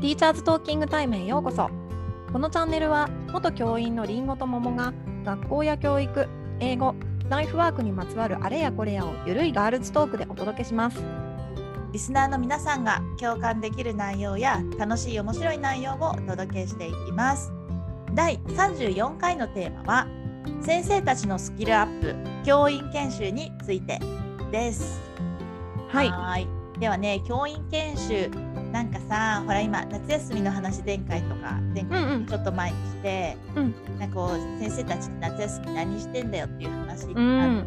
ティーチャーズトーキングタイムへようこそ。このチャンネルは元教員のりんごと桃が学校や教育、英語、ライフワークにまつわるあれやこれやをゆるいガールズトークでお届けします。 リスナーの皆さんが共感できる内容や楽しい面白い内容をお届けしていきます。第34回のテーマは先生たちのスキルアップ教員研修についてです。 はい。 ではね、教員研修なんかさ、ほら今夏休みの話前回ちょっと前にして、なんかこう先生たちって夏休み何してんだよっていう話になって、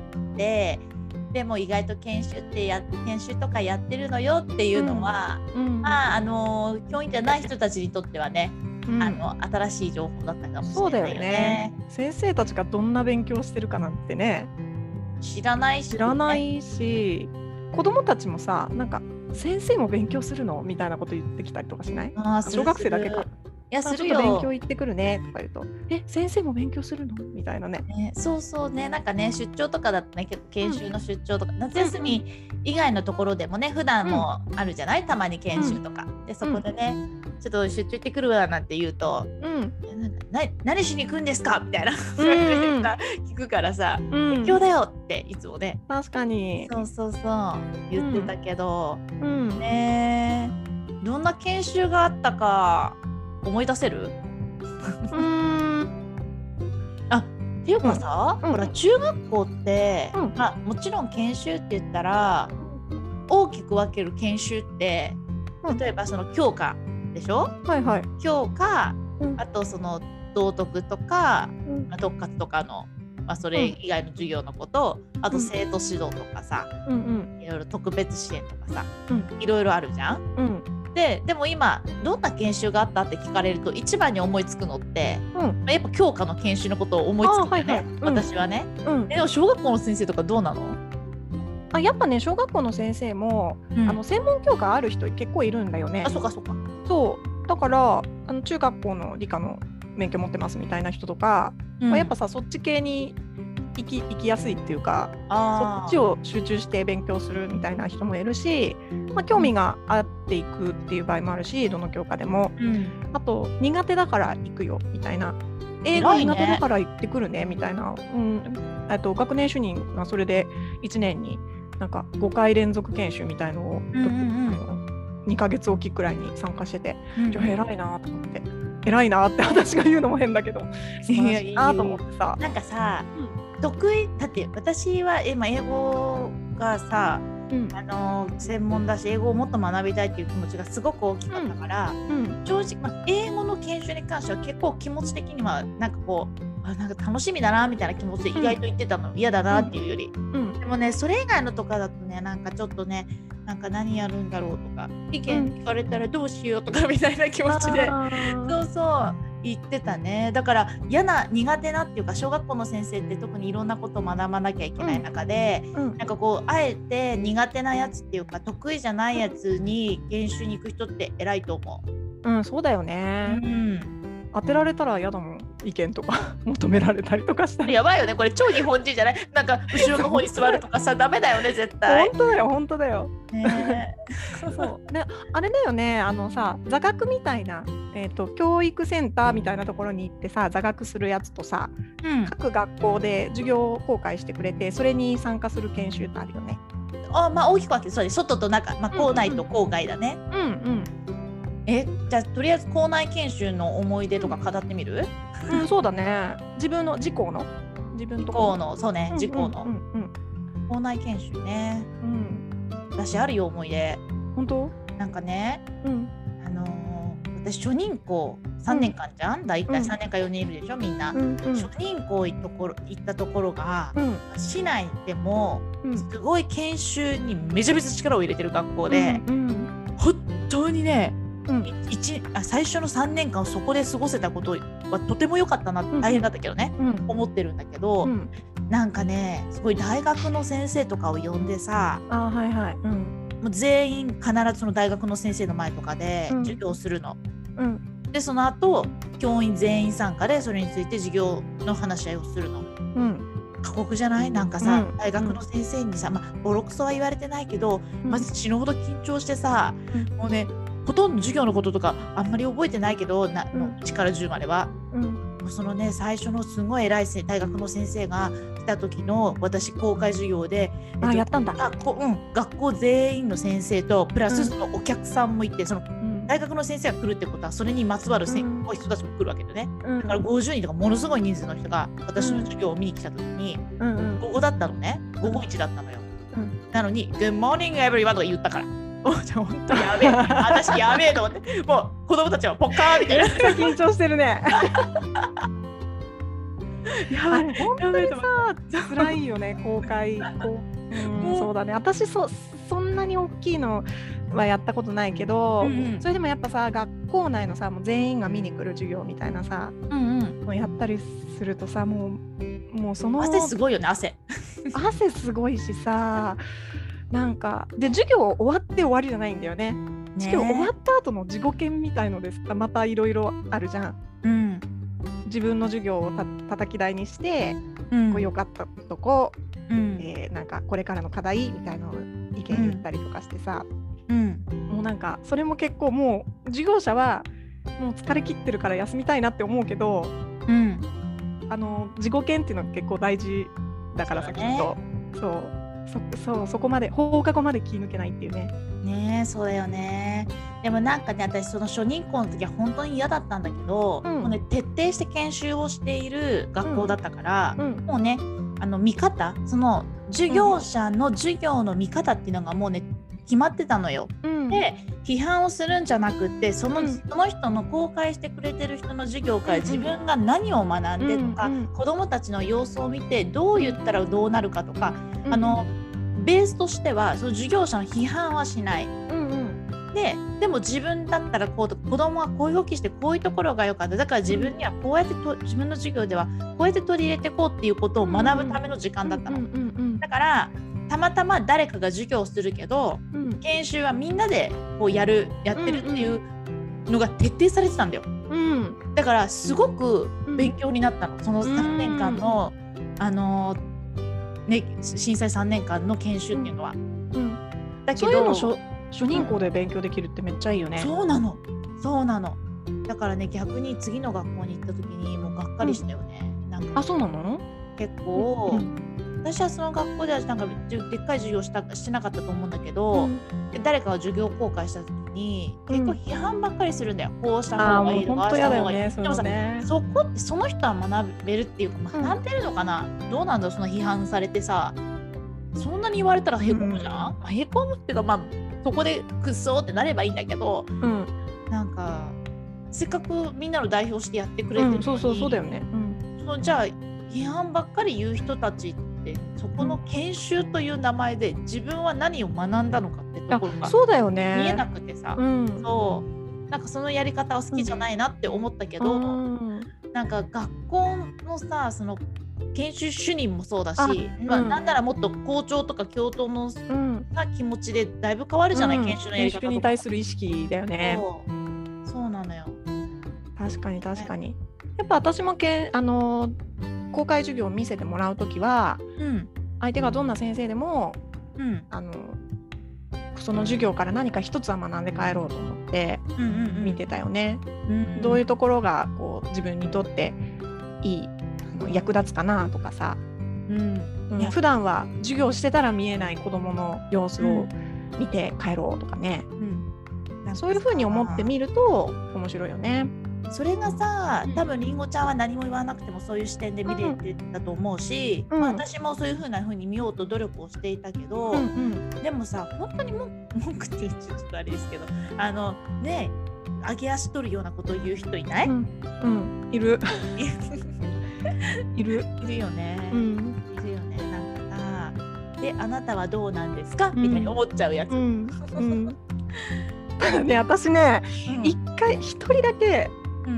でも意外と研修とかやってるのよっていうのは、教員じゃない人たちにとってはね、新しい情報だったかもしれないよね。 そうだよね。先生たちがどんな勉強してるかなんてね、知らないし、子供たちもさ、なんか先生も勉強するのみたいなこと言ってきたりとかしない？小学生だけか。 いや、するよ。 ちょっと勉強行ってくるねとか言うと、先生も勉強するのみたいなね。 そうね、なんかね、出張とかだとね、結構研修の出張とか、夏休み以外のところでもね、普段もあるじゃない、たまに研修とか、でそこでね、ちょっと出張行ってくるわなんて言うと、何しに行くんですかみたいな聞くからさ、勉強だよっていつもね、 確かにそう言ってたけど、ね、どんな研修があったか思い出せる？っていうかさ、ほら中学校って、もちろん研修って言ったら大きく分ける研修って、例えばその教科でしょ？教科、あとその道徳とか、特活とかの、それ以外の授業のこと、あと生徒指導とかさ、いろいろ特別支援とかさ、いろいろあるじゃん。でも今どんな研修があったって聞かれると一番に思いつくのって、やっぱ教科の研修のことを思いつくんだよね、私はね。でも小学校の先生とかどうなの？ やっぱね、小学校の先生も、専門教科ある人結構いるんだよね。 そうか。 そうだから中学校の理科の免許持ってますみたいな人とか、やっぱさ、そっち系に行きやすいっていうか、そっちを集中して勉強するみたいな人もいるし、興味があっていくっていう場合もあるし、どの教科でも、あと苦手だから行くよみたいな、英語苦手だから行ってくるねみたいな、学年主任がそれで1年になんか5回連続研修みたいのを、2ヶ月おきくらいに参加してて、偉いなと思って、偉いなって私が言うのも変だけいいなと思ってさ、 なんかさ、得意だって私は今英語がさ、専門だし英語をもっと学びたいっていう気持ちがすごく大きかったから、正直、英語の研修に関しては結構気持ち的にはなんかこうなんか楽しみだなみたいな気持ちで意外と言ってたの、嫌だなっていうより、でもね、それ以外のとかだとね、なんかちょっとね、なんか何やるんだろうとか、意見聞かれたらどうしようとかみたいな気持ちで、そう言ってたね。だから苦手なっていうか、小学校の先生って特にいろんなことを学ばなきゃいけない中で、なんかこうあえて苦手なやつっていうか得意じゃないやつに研修に行く人って偉いと思う。 そうだよね。当てられたら嫌だもん、意見とか求められたりとかしたら。 やばいよね、これ超日本人じゃない？なんか後ろの方に座るとかさダメだよね、絶対。 本当だよ。そうで、あれだよね、座学みたいな、教育センターみたいなところに行ってさ、座学するやつとさ、各学校で授業公開してくれて、それに参加する研修ってあるよね。 大きく分けて、そうです。外と中、校内と校外だね。じゃあとりあえず校内研修の思い出とか語ってみる？ そうだね。自分の校のそうね、自校の校内研修ね。私あるよ、思い出。 本当？ なんかね、私初任校3年間じゃん、だいたい3年か4年いるでしょ、みんな。初任校行ったところが、市内でもすごい研修にめちゃめちゃ力を入れてる学校で、本当にね、最初の3年間をそこで過ごせたことはとても良かったな、大変だったけどね、思ってるんだけど、なんかね、すごい大学の先生とかを呼んでさ、もう全員必ずその大学の先生の前とかで授業するの。でその後教員全員参加でそれについて授業の話し合いをするの。過酷じゃない？なんかさ、大学の先生にさ、ボロクソは言われてないけど、まず死ぬほど緊張してさ、もうね、 ほとんど授業のこととかあんまり覚えてないけど1から10までは、そのね最初のすごい偉い大学の先生が来た時の私公開授業で、 やったんだ。 学校全員の先生とプラスそのお客さんもいて、その大学の先生が来るってことはそれにまつわる人たちも来るわけでね、だから50人とかものすごい人数の人が私の授業を見に来た時に、午後だったのね、午後1だったのよ、なのに Good morning everyone とか言ったから、本当にやべえ私やべえと思って、もう子供たちはポッカーンみたいな緊張してるねやばい、本当にさ辛いよね公開そうだね、私そんなに大きいのはやったことないけど、それでもやっぱさ学校内のさもう全員が見に来る授業みたいなさ、もうやったりするとさもうその汗すごいよね、汗すごいしさ、なんかで授業終わって終わりじゃないんだよね。授業終わった後の自己研みたいのですまたいろいろあるじゃん。自分の授業を叩き台にして、こう良かったとこ、なんかこれからの課題みたいなのを意見言ったりとかしてさ、もうなんかそれも結構もう授業者はもう疲れ切ってるから休みたいなって思うけど、自己研っていうのが結構大事だからさ、きっとそこまで放課後まで気抜けないっていうね。 ねえ、そうだよね。でもなんかね、私その初任校の時は本当に嫌だったんだけど、もうね徹底して研修をしている学校だったから、もうね見方、その授業者の授業の見方っていうのがもうね決まってたのよ。で批判をするんじゃなくってその人の公開してくれてる人の授業から自分が何を学んでとか、子どもたちの様子を見てどう言ったらどうなるかとか、ベースとしてはその授業者の批判はしない。でも自分だったらこう子供はこういう動きしてこういうところが良かった、だから自分にはこうやって自分の授業ではこうやって取り入れていこうっていうことを学ぶための時間だったの。だからたまたま誰かが授業をするけど、研修はみんなでこうやってるっていうのが徹底されてたんだよ。だからすごく勉強になったの、その3年間の、震災3年間の研修っていうのは。だけど初任校で勉強できるってめっちゃいいよね。 そうなの。だからね逆に次の学校に行った時にもうがっかりしたよね。なんかそうなの？ 結構、私はその学校ではなんかでっかい授業してなかったと思うんだけど、誰かが授業公開した時に結構批判ばっかりするんだよ。こうした方がいいとか、ああした方がいい。でもさ、そこってその人は学べるっていうか学んでるのかな、どうなんだろう、その批判されてさ、そんなに言われたらへこむじゃん。へこむっていうかそこでくっそーってなればいいんだけど、なんかせっかくみんなの代表してやってくれてるのに、 そうだよね。 じゃあ批判ばっかり言う人たちってそこの研修という名前で自分は何を学んだのかってところがそうだよね、 見えなくてさ、そうなんかそのやり方は好きじゃないなって思ったけど、なんか学校のさその研修主任もそうだし、なんならもっと校長とか教頭の気持ちでだいぶ変わるじゃない、研修のやり方とか。 研修に対する意識だよね。 そうなのよ。確かにやっぱ私も公開授業を見せてもらうときは、相手がどんな先生でも、その授業から何か一つは学んで帰ろうと思って見てたよね。どういうところがこう自分にとっていい役立つかなとかさ、普段は授業してたら見えない子どもの様子を見て帰ろうとかね、そういうふうに思ってみると面白いよね。 それがさ、多分りんごちゃんは何も言わなくてもそういう視点で見れてたと思うし、私もそういう風に見ようと努力をしていたけど、でもさ本当に文句って言っちゃちょっとあれですけど、ね上げ足取るようなことを言う人いない？ いるいるよね。いるよね。なんかさ、であなたはどうなんですかみたいに思っちゃうやつ。 ただね、私ね、一人だけ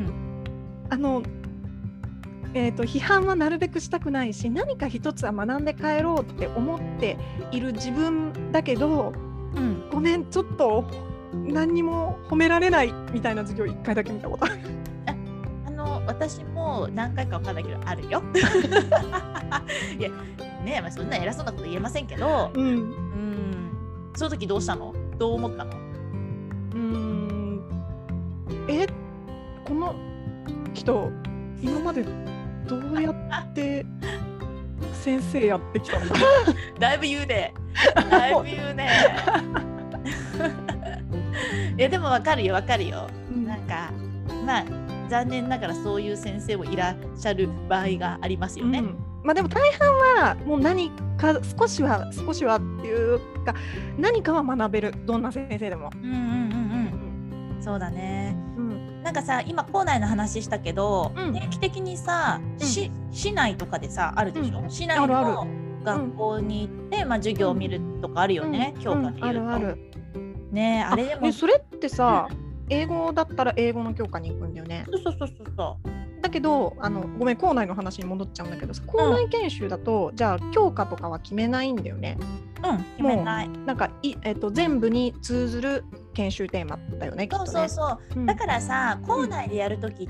批判はなるべくしたくないし、何か一つは学んで帰ろうって思っている自分だけど、ごめんちょっと何にも褒められないみたいな授業1回だけ見たことある。 私も何回か分かんないけどあるよ。いやねえ、そんな偉そうなこと言えませんけど、その時どうしたの？どう思ったの？ この人今までどうやって先生やってきたんだだいぶ言うね。だいぶ言うね。いやでもわかるよわかるよ。なんかまあ残念ながらそういう先生もいらっしゃる場合がありますよね。 まあでも大半はもう何か少しはっていうか何かは学べる、どんな先生でも。 そうだね。なんかさ今校内の話したけど、定期的にさ、市内とかでさあるでしょ、市内の学校に行って、授業を見るとかあるよね、教科で言うと。 あるね、あれでもそれってさ、英語だったら英語の教科に行くんだよね。 そうだけどごめん校内の話に戻っちゃうんだけど、校内研修だと、じゃあ教科とかは決めないんだよね。 決めない。 なんか全部に通ずる研修テーマだよね、きっとね。 だからさ校内でやるときって、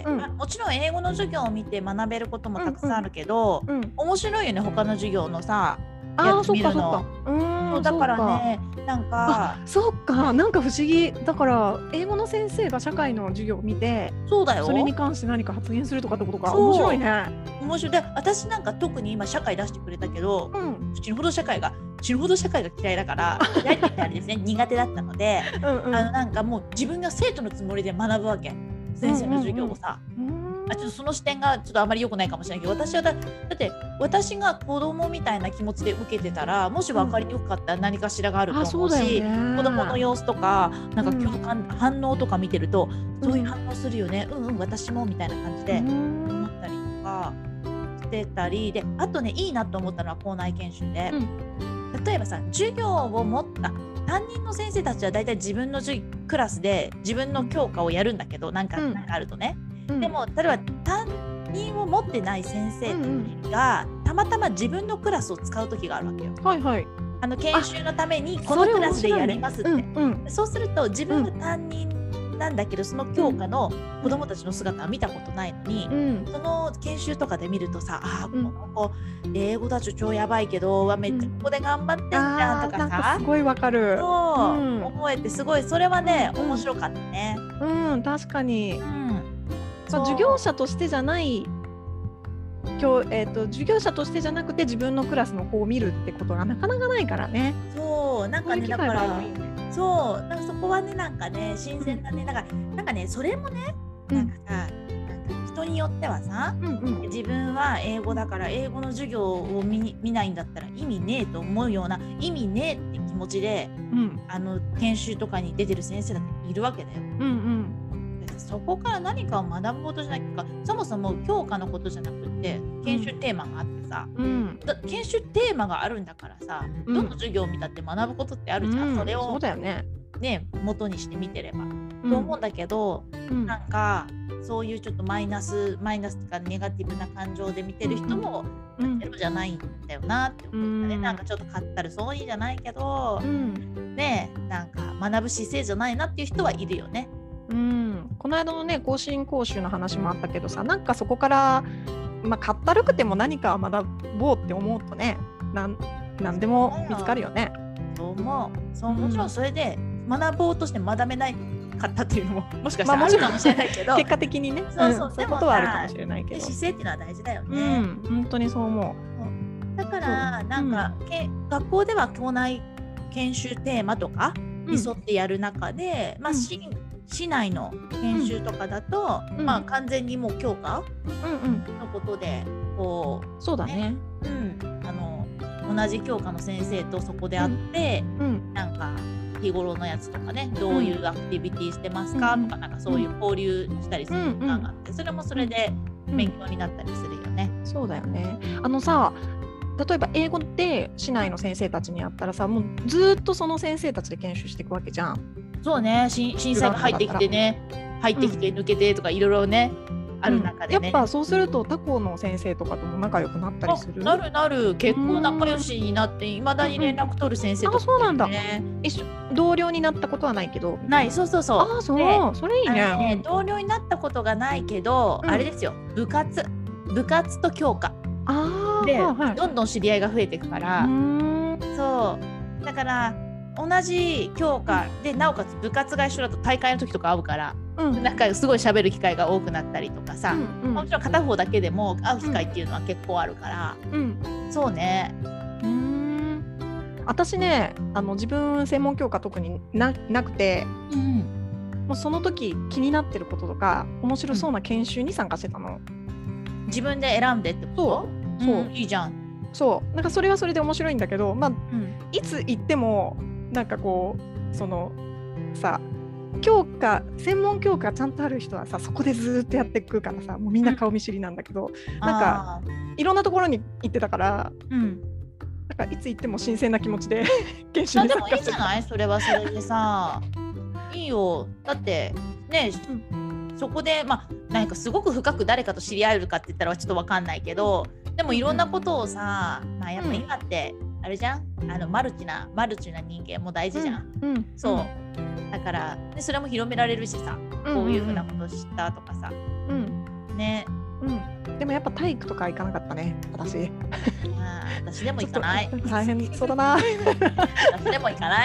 もちろん英語の授業を見て学べることもたくさんあるけど、面白いよね他の授業のさやってみるの。だからねなんかそうか、なんか不思議だから、英語の先生が社会の授業を見て、 そうだよ、 それに関して何か発言するとかってことか。面白いね。 面白い。で私なんか特に今社会出してくれたけど、死ぬほど社会が嫌いだから嫌いって言ったらあれですね苦手だったのでなんかもう自分が生徒のつもりで学ぶわけ、先生の授業をさ。ちょっとその視点がちょっとあまり良くないかもしれないけど、私はだって私が子供みたいな気持ちで受けてたら、もし分かりにくかったら何かしらがあると思うし、子供の様子とかなんか共感、反応とか見てるとそういう反応するよね、私もみたいな感じで思ったりとかしてたりで、あとねいいなと思ったのは校内研修で、例えばさ授業を持った担任の先生たちはだいたい自分のクラスで自分の教科をやるんだけど、なんかあるとね、でも例えば担任を持ってない先生がたまたま自分のクラスを使う時があるわけよ。研修のためにこのクラスでやりますって。そうすると自分が担任なんだけど、その教科の子どもたちの姿は見たことないのに、その研修とかで見るとさ、この子英語だと超やばいけどめっちゃここで頑張ってんじゃんとかさ、 すごいわかる。 思えてすごいそれはね面白かったね。 確かに。授業者としてじゃない授業者としてじゃなくて自分のクラスの子を見るってことがなかなかないからね。 なんかねだからなんかそこはねなんかね新鮮だね。なんかねそれもねなんかさ、人によってはさ、自分は英語だから英語の授業を見ないんだったら意味ねえと思うような、意味ねえって気持ちで、研修とかに出てる先生だっているわけだよ。そこから何かを学ぶことじゃなくて、そもそも教科のことじゃなくて研修テーマがあってさ、研修テーマがあるんだからさ、どの授業を見たって学ぶことってあるじゃん。それをそうだよね。 元にして見てれば、と思うんだけど、なんかそういうちょっとマイナスとかネガティブな感情で見てる人もゼロじゃないんだよなって思ったね。なんかちょっとかったるそういじゃないけど、なんか学ぶ姿勢じゃないなっていう人はいるよね。 この間のね更新講習の話もあったけどさ、なんかそこからかったるくても何か学ぼうって思うとね、なんでも見つかるよね。 そうもちろんそれで学ぼうとして学べないかったっていうのももしかしたらあるかもしれないけど、 結果的にねそういうことはあるかもしれないけど、 姿勢っていうのは大事だよね。 本当にそう思う。だからなんか、学校では校内研修テーマとかに沿ってやる中で、市内の研修とかだと、完全にもう教科のことでこう、 そうだね、 同じ教科の先生とそこで会って、なんか日頃のやつとかね、どういうアクティビティしてますかとか、なんかそういう交流したりする時間があって、それもそれで勉強になったりするよね。 そうだよね。さ例えば英語って市内の先生たちにやったらさ、もうずっとその先生たちで研修していくわけじゃん。 そうね、震災が入ってきて抜けてとかいろいろね、ある中でね、 やっぱそうすると他校の先生とかとも仲良くなったりする。 なる結構仲良しになっていまだに連絡取る先生とか、 そうなんだ。同僚になったことはないけど。 ない。そうそれいいね。 同僚になったことがないけど、あれですよ、部活と教科でどんどん知り合いが増えていくから、だから同じ教科でなおかつ部活が一緒だと大会の時とか会うから、 なんかすごい喋る機会が多くなったりとかさ、もちろん片方だけでも会う機会っていうのは結構あるから、そうね。 私ね自分専門教科特に なくて、もうその時気になってることとか面白そうな研修に参加してたの。 自分で選んでってこと？そう、いいじゃん。 そうなんかそれはそれで面白いんだけど、まあいつ行ってもなんかこうそのさ専門教科ちゃんとある人はさそこでずっとやっていくからさ、もうみんな顔見知りなんだけど、なんかいろんなところに行ってたから、なんかいつ行っても新鮮な気持ちで研修に参加してた。 でもいいじゃない？それはそれでさいいよ。だってね、そこでなんかすごく深く誰かと知り合えるかって言ったらちょっと分かんないけど、でもいろんなことをさ、やっぱ今ってあれじゃん、マルチな人間も大事じゃん。そうだから、ね、それも広められるしさ、こういうふうなことを知ったとかさ、ね。 でもやっぱ体育とか行かなかったね、私。 私でも行かない。 大変そうだな。 私でも行かない。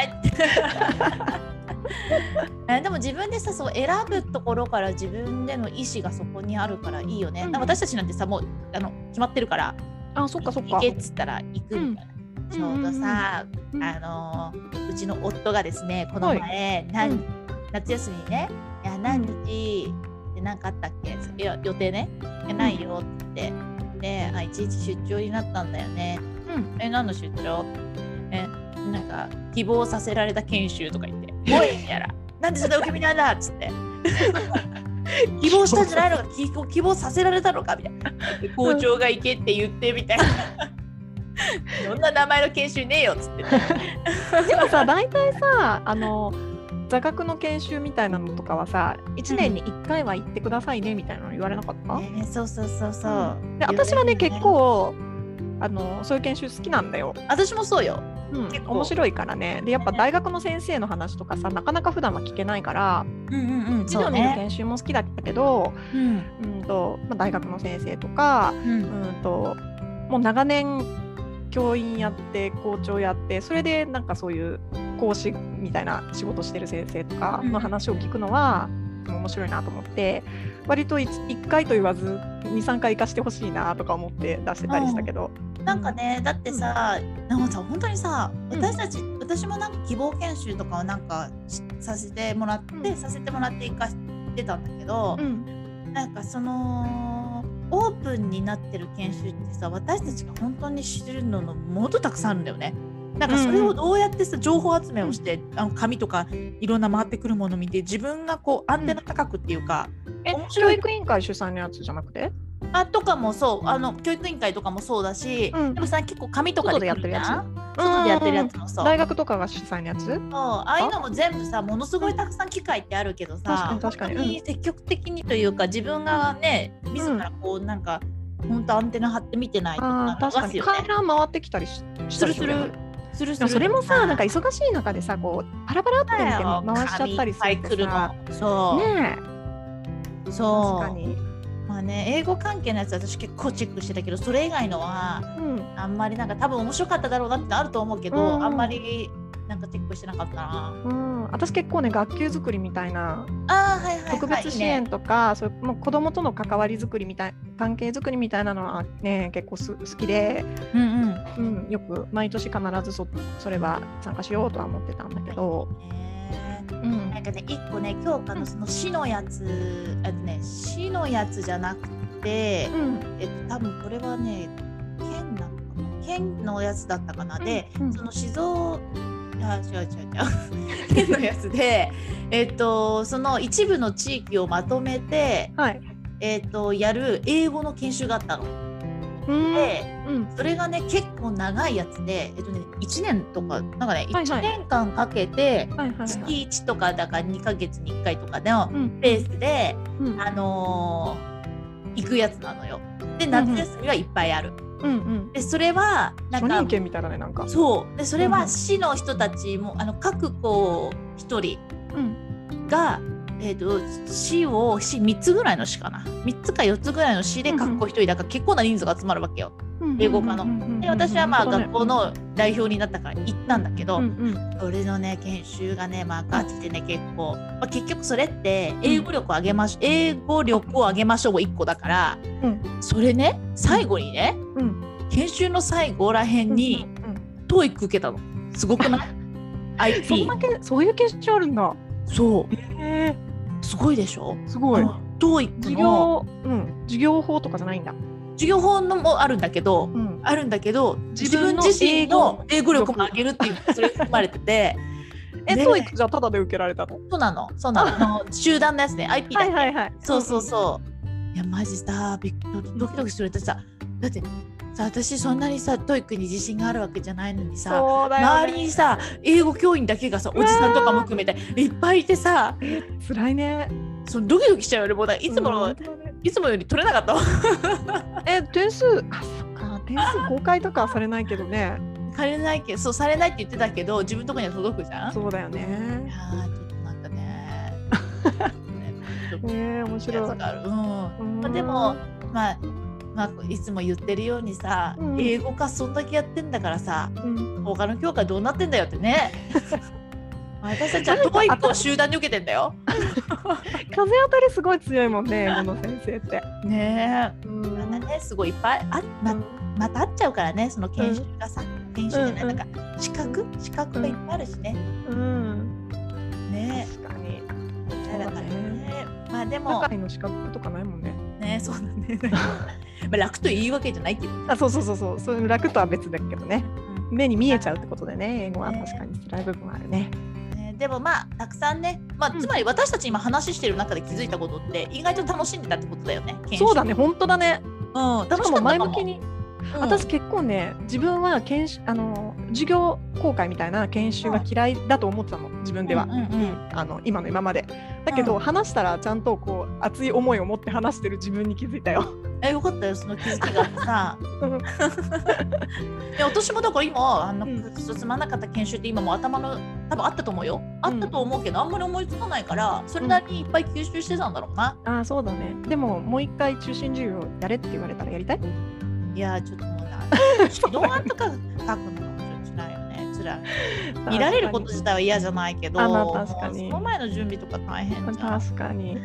でも自分でさ、そう選ぶところから自分での意思がそこにあるからいいよね。私たちなんてさ、もう決まってるから、 そっかそっか。 行けっつったら行くみたいな。ちょうどさ、うちの夫がですね、この前、夏休みにね、いや何日で何かあったっけ、いや予定ね、ないよって言って、いちいち出張になったんだよね。何の出張？なんか希望させられた研修とか言って、おいみたいな、なんでそんな受け身なんだっつって。希望したんじゃないのか、希望させられたのかみたいな。校長が行けって言ってみたいな。そんな名前の研修ねえよっつって、ね。 でもさ、大体さ座学の研修みたいなのとかはさ、1年に1回は行ってくださいねみたいなの言われなかった？ そうそう。 で私はね、結構そういう研修好きなんだよ。 私もそうよ。 結構面白いからね。でやっぱ大学の先生の話とかさ、なかなか普段は聞けないから、授業にいる研修も好きだったけど、大学の先生とか、もう長年教員やって校長やって、それでなんかそういう講師みたいな仕事してる先生とかの話を聞くのは面白いなと思って、割と 1回と言わず 2,3 回行かしてほしいなとか思って出してたりしたけど、 なんかね、だってさ、なんかさ本当にさ、私もなんか希望研修とかをなんかさせてもらって行かしてたんだけど、なんかそのオープンになってる研修ってさ、私たちが本当に知るのもっとたくさんあるんだよね。なんかそれをどうやってさ、情報集めをして、紙とかいろんな回ってくるものを見て、自分がこうアンテナ高くっていうか、 教育委員会主催のやつじゃなくて？ とかもそう、教育委員会とかもそうだし、でもさ、結構紙とかでやってるやつ、外でやってるやつもそう、 大学とかが主催のやつ、 ああいうのも全部さ、ものすごいたくさん機会ってあるけどさ、 確かに本当に積極的にというか、自分がね、自らこうなんか本当アンテナ張って見てないとか確かに観覧回ってきたりする。それもさ、なんか忙しい中でさ、こうパラパラって見て回しちゃったりするとさ、 そうね、そう確かに。 英語関係のやつ私結構チェックしてたけど、それ以外のは、あんまりなんか多分面白かっただろうなってあると思うけど、あんまりなんかチェックしてなかったな。 私結構ね、学級作りみたいな、特別支援とか、そういうもう子どもとの関わり作りみたい、関係作りみたいなのはね、結構好きで、よく毎年必ずそれは参加しようとは思ってたんだけど、 なんかね、1個ね、教科のその市のやつ、市のやつじゃなくて、多分これはね、県なのかな、県のやつだったかな。で、その違う県のやつで、その一部の地域をまとめて、やる英語の研修があったの。で、それがね結構長いやつで、1年とかなんかね、1年間かけて月1とかだから2ヶ月に1回とかのペースで、行くやつなのよ。で、夏休みはいっぱいある。でそれはなんか初任権みたいなね、なんかそうで、それは市の人たちも各校1人が、市3つぐらいの市かな、3つか4つぐらいの市で各校1人だから結構な人数が集まるわけよ。 英語科の。で私はまあ学校の代表になったから行ったんだけど、それのね研修がね、まあガチでね結構、まあ、結局それって英語力を上げましょう、英語力を上げましょう1個だから、それね最後にね、研修の最後らへんにTOEIC受けたの。すごくない？IP そういう研修あるんだ。 そう。すごいでしょ？ すごい。 TOEIC の授業法とかじゃないんだ。 授業法のもあるんだけど、自分自身の英語力も上げるっていうそれ含まれてて。 TOEIC じゃあタダで受けられたの？ そうなの。集団のやつね。IP だけ。そう。いやマジさドキドキするってさ、だってさ私そんなにさTOEICに自信があるわけじゃないのにさ、周りにさ英語教員だけがさおじさんとかも含めていっぱいいてさ、 辛いね。 ドキドキしちゃうよね。もういつもより取れなかった点数公開とかはされないけどね。 されないけど、されないって言ってたけど自分のとこには届くじゃん。 そうだよね。 いやちょっとなんかね面白い。 でもまあいつも言ってるようにさ、英語科そんだけやってんだからさ、他の教科どうなってんだよってね。私たちはTOEICを集団に受けてんだよ。 風当たりすごい強いもんね、この先生って。 ねえ。またね、すごいいっぱいまたあっちゃうからね、その研修がさ、研修じゃない、なんか資格がいっぱいあるしね。ねえ。確かに。だからね。まあでも。 社会の資格とかないもんね。 ね、そうだね。楽というわけじゃないけど。 そういう楽とは別だけどね。目に見えちゃうってことでね、英語は確かに辛い部分あるね。 でもまあたくさんね、つまり私たち今話してる中で気づいたことって意外と楽しんでたってことだよね。 そうだね、本当だね。 楽しかったかも。 前向きに。私結構ね、自分は授業公開みたいな研修が嫌いだと思ってたの、自分では。今まで。だけど、話したらちゃんとこう熱い思いを持って話してる自分に気づいたよ。 よかったよ、その気づきがあってさ。私もだから今つまんなかった研修って今も頭の多分あったと思うよ。あったと思うけど、あんまり思いつかないからそれなりにいっぱい吸収してたんだろうな。 そうだね。でももう一回中心授業やれって言われたらやりたい？ いやちょっともう指導案とか書くのは辛いよね。辛い。見られること自体は嫌じゃないけど、 確かにその前の準備とか大変じゃん。 確かに。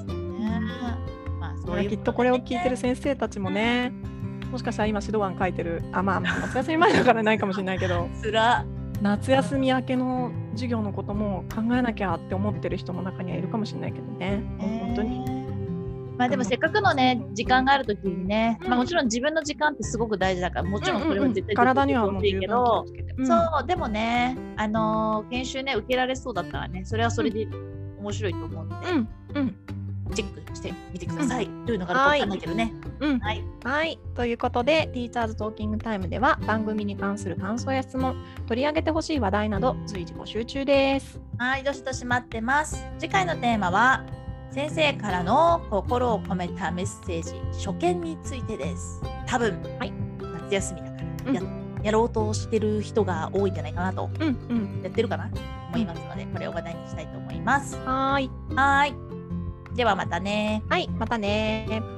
きっとこれを聞いてる先生たちもね、もしかしたら今指導案書いてる、夏休み前だからないかもしれないけど、夏休み明けの授業のことも考えなきゃって思ってる人も中にはいるかもしれないけどね。本当に。 でもせっかくのね時間があるときにね、もちろん自分の時間ってすごく大事だから、もちろんそれは絶対体にはもういいけど、 そうでもね研修ね受けられそうだったらね、それはそれで面白いと思うので、チェックしてみてください。どういうのがあるかわかんないけどね。 はい。ということで、ティーチャーズトーキングタイムでは番組に関する感想や質問、取り上げてほしい話題など随時募集中です。 はい、どしどし待ってます。次回のテーマは先生からの心を込めたメッセージ、初見についてです。多分、夏休みだからやろうとしてる人が多いんじゃないかなと、やってるかなと思いますので、これを話題にしたいと思います。 はい。 ではまたね。 はい、またね。